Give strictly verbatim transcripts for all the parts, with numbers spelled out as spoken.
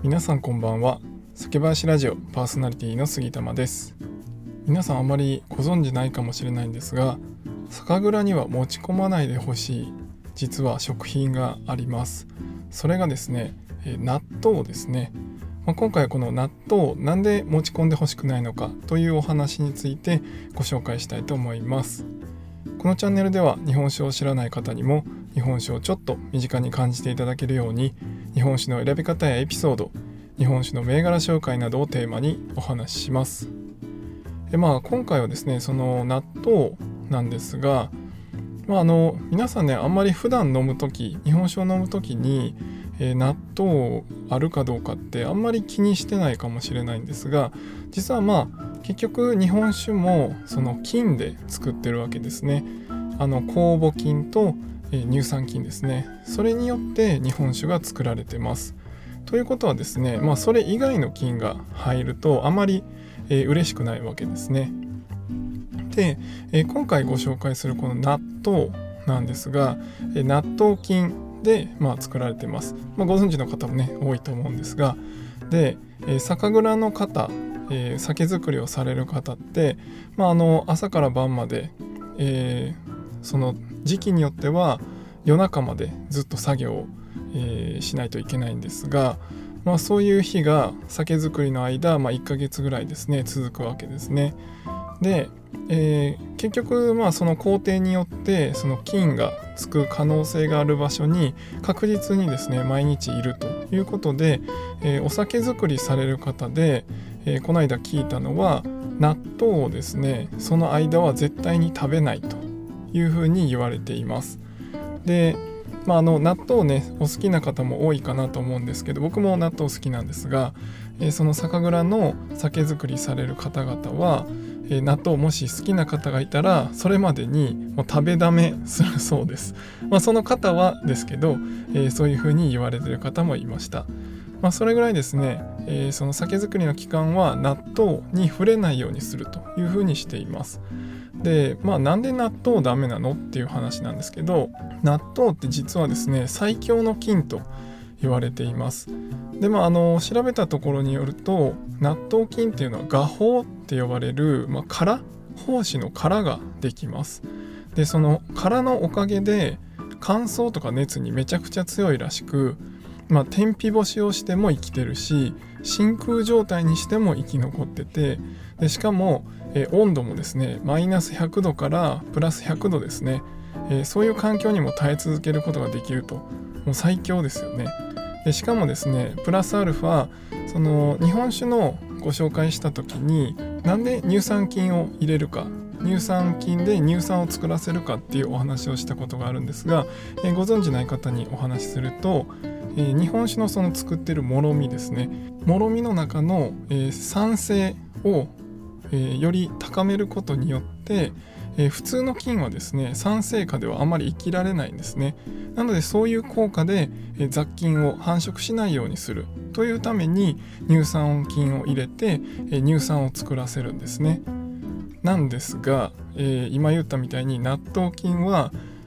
皆さんこんばんは。酒林ラジオパーソナリティの杉玉です。皆さんあまりご存知ないかもしれないんですが、酒蔵には持ち込まないでほしい実は食品があります。それがですね、え納豆ですね。まあ、今回はこの納豆なんで持ち込んでほしくないのかというお話についてご紹介したいと思います。このチャンネルでは日本酒を知らない方にも日本酒をちょっと身近に感じていただけるように、日本酒の選び方やエピソード、日本酒の銘柄紹介などをテーマにお話しします。でまあ、今回はですね、その納豆なんですが、まあ、あの皆さんね、あんまり普段飲むとき、日本酒を飲むときに、えー、納豆あるかどうかってあんまり気にしてないかもしれないんですが、実はまあ結局日本酒もその菌で作ってるわけですね。あの酵母菌と、えー、乳酸菌ですね。それによって日本酒が作られてます。ということはですね、まあ、それ以外の菌が入るとあまり、えー、嬉しくないわけですね。で、えー、今回ご紹介するこの納豆なんですが、えー、納豆菌で、まあ、作られています。まあ、ご存知の方もね多いと思うんですが、で、えー、酒蔵の方、えー、酒造りをされる方って、まあ、あの朝から晩まで、えー、その時期によっては夜中までずっと作業を、えー、しないといけないんですが、まあ、そういう日が酒造りの間、まあ、いっかげつぐらいですね続くわけですね。で、えー、結局まあその工程によってその菌がつく可能性がある場所に確実にですね毎日いるということで、えー、お酒造りされる方で、えー、この間聞いたのは、納豆をですねその間は絶対に食べないというふうに言われています。で、まあ、あの納豆をねお好きな方も多いかなと思うんですけど、僕も納豆好きなんですが、えー、その酒蔵の酒造りされる方々は、えー、納豆もし好きな方がいたらそれまでにもう食べだめするそうです。まあ、その方はですけど、えー、そういうふうに言われている方もいました。まあ、それぐらいですね、えー、その酒造りの期間は納豆に触れないようにするというふうにしています。で、まあ、なんで納豆ダメなのっていう話なんですけど、納豆って実はですね最強の菌と言われています。で、まあ、あの調べたところによると、納豆菌っていうのは芽胞って呼ばれる、まあ、殻胞子の殻ができます。で、その殻のおかげで乾燥とか熱にめちゃくちゃ強いらしく、まあ、天日干しをしても生きてるし、真空状態にしても生き残ってて、でしかも、えー、温度もですねマイナスひゃくどからプラスひゃくどですね、えー、そういう環境にも耐え続けることができると、もう最強ですよね。でしかもですねプラスアルファ、その日本酒のご紹介した時になんで乳酸菌を入れるか、乳酸菌で乳酸を作らせるかっていうお話をしたことがあるんですが、えー、ご存知ない方にお話しすると、えー、日本酒のその作ってるもろみですね、もろみの中の、えー、酸性を、えー、より高めることによって、えー、普通の菌はですね酸性下ではあまり生きられないんですね。なのでそういう効果で、えー、雑菌を繁殖しないようにするというために乳酸菌を入れて、えー、乳酸を作らせるんですね。なんですが、えー、今言ったみたいに納豆菌は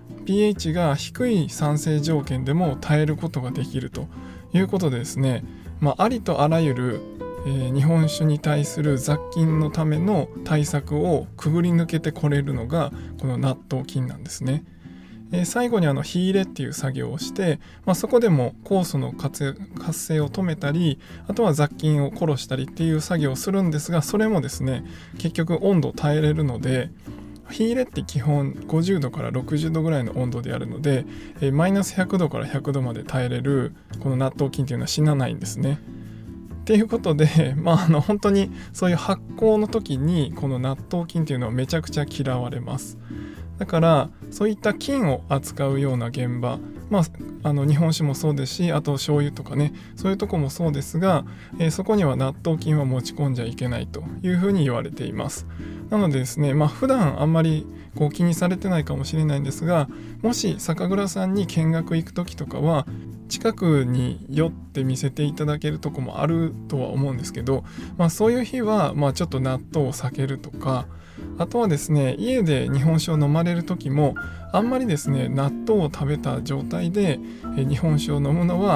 pH が低い酸性条件でも耐えることができるということでですね、まあ、ありとあらゆる、えー、日本酒に対する雑菌のための対策をくぐり抜けてこれるのがこの納豆菌なんですね。えー、最後にあの火入れっていう作業をして、まあ、そこでも酵素の活性を止めたり、あとは雑菌を殺したりっていう作業をするんですが、それもですね結局温度を耐えれるので、火入れって基本ごじゅうどからろくじゅうどぐらいの温度でやるので、えー、マイナスひゃくどからひゃくどまで耐えれるこの納豆菌っていうのは死なないんですね。っていうことで、まあ、あの本当にそういう発酵の時にこの納豆菌っていうのはめちゃくちゃ嫌われます。だからそういった菌を扱うような現場、まあ、あの日本酒もそうですし、あと醤油とかね、そういうとこもそうですが、えー、そこには納豆菌は持ち込んじゃいけないというふうに言われています。なのでですね、まあ、普段あんまりこう気にされてないかもしれないんですが、もし酒蔵さんに見学行く時とかは近くに寄って見せていただけるとこもあるとは思うんですけど、まあ、そういう日はまあちょっと納豆を避けるとか、あとはですね家で日本酒を飲まれる時もあんまりですね納豆を食べた状態で日本酒を飲むのは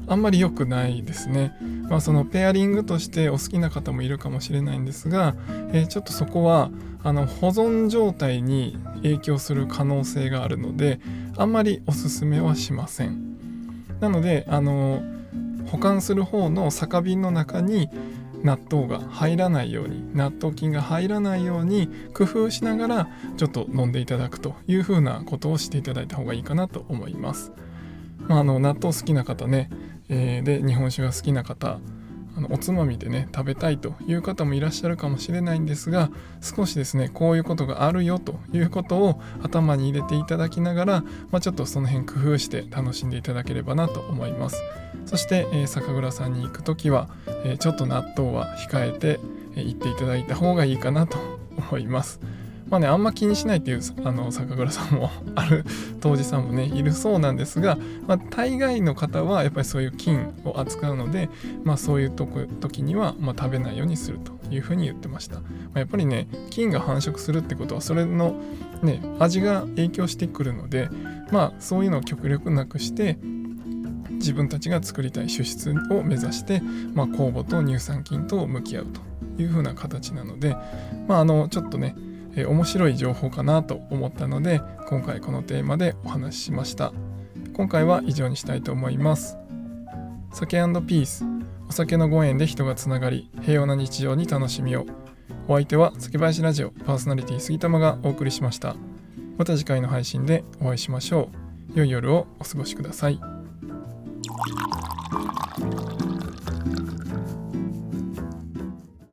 あんまり良くないですね。まあそのペアリングとしてお好きな方もいるかもしれないんですが、えー、ちょっとそこはあの保存状態に影響する可能性があるので、あんまりおすすめはしません。なのであの保管する方の酒瓶の中に納豆が入らないように、納豆菌が入らないように工夫しながらちょっと飲んでいただくというふうなことをしていただいた方がいいかなと思います。まあ、あの納豆好きな方ね、えー、で日本酒が好きな方、あのおつまみでね食べたいという方もいらっしゃるかもしれないんですが、少しですねこういうことがあるよということを頭に入れていただきながら、まあ、ちょっとその辺工夫して楽しんでいただければなと思います。そして、えー、酒蔵さんに行くときは、えー、ちょっと納豆は控えて、えー、行っていただいた方がいいかなと思います。まあね、あんま気にしないっていうあの酒蔵さんもある杜氏さんもねいるそうなんですが、まあ、大概の方はやっぱりそういう菌を扱うので、まあ、そういうとこ時には、まあ、食べないようにするというふうに言ってました。まあ、やっぱりね菌が繁殖するってことはそれの、ね、味が影響してくるので、まあ、そういうのを極力なくして自分たちが作りたい酒質を目指して、まあ、酵母と乳酸菌と向き合うというふうな形なので、まあ、あのちょっとねえー、面白い情報かなと思ったので今回このテーマでお話ししました。今回は以上にしたいと思います。酒&ピース、お酒のご縁で人がつながり平和な日常に楽しみを。お相手は酒林ラジオパーソナリティ杉玉がお送りしました。また次回の配信でお会いしましょう。良い夜をお過ごしください。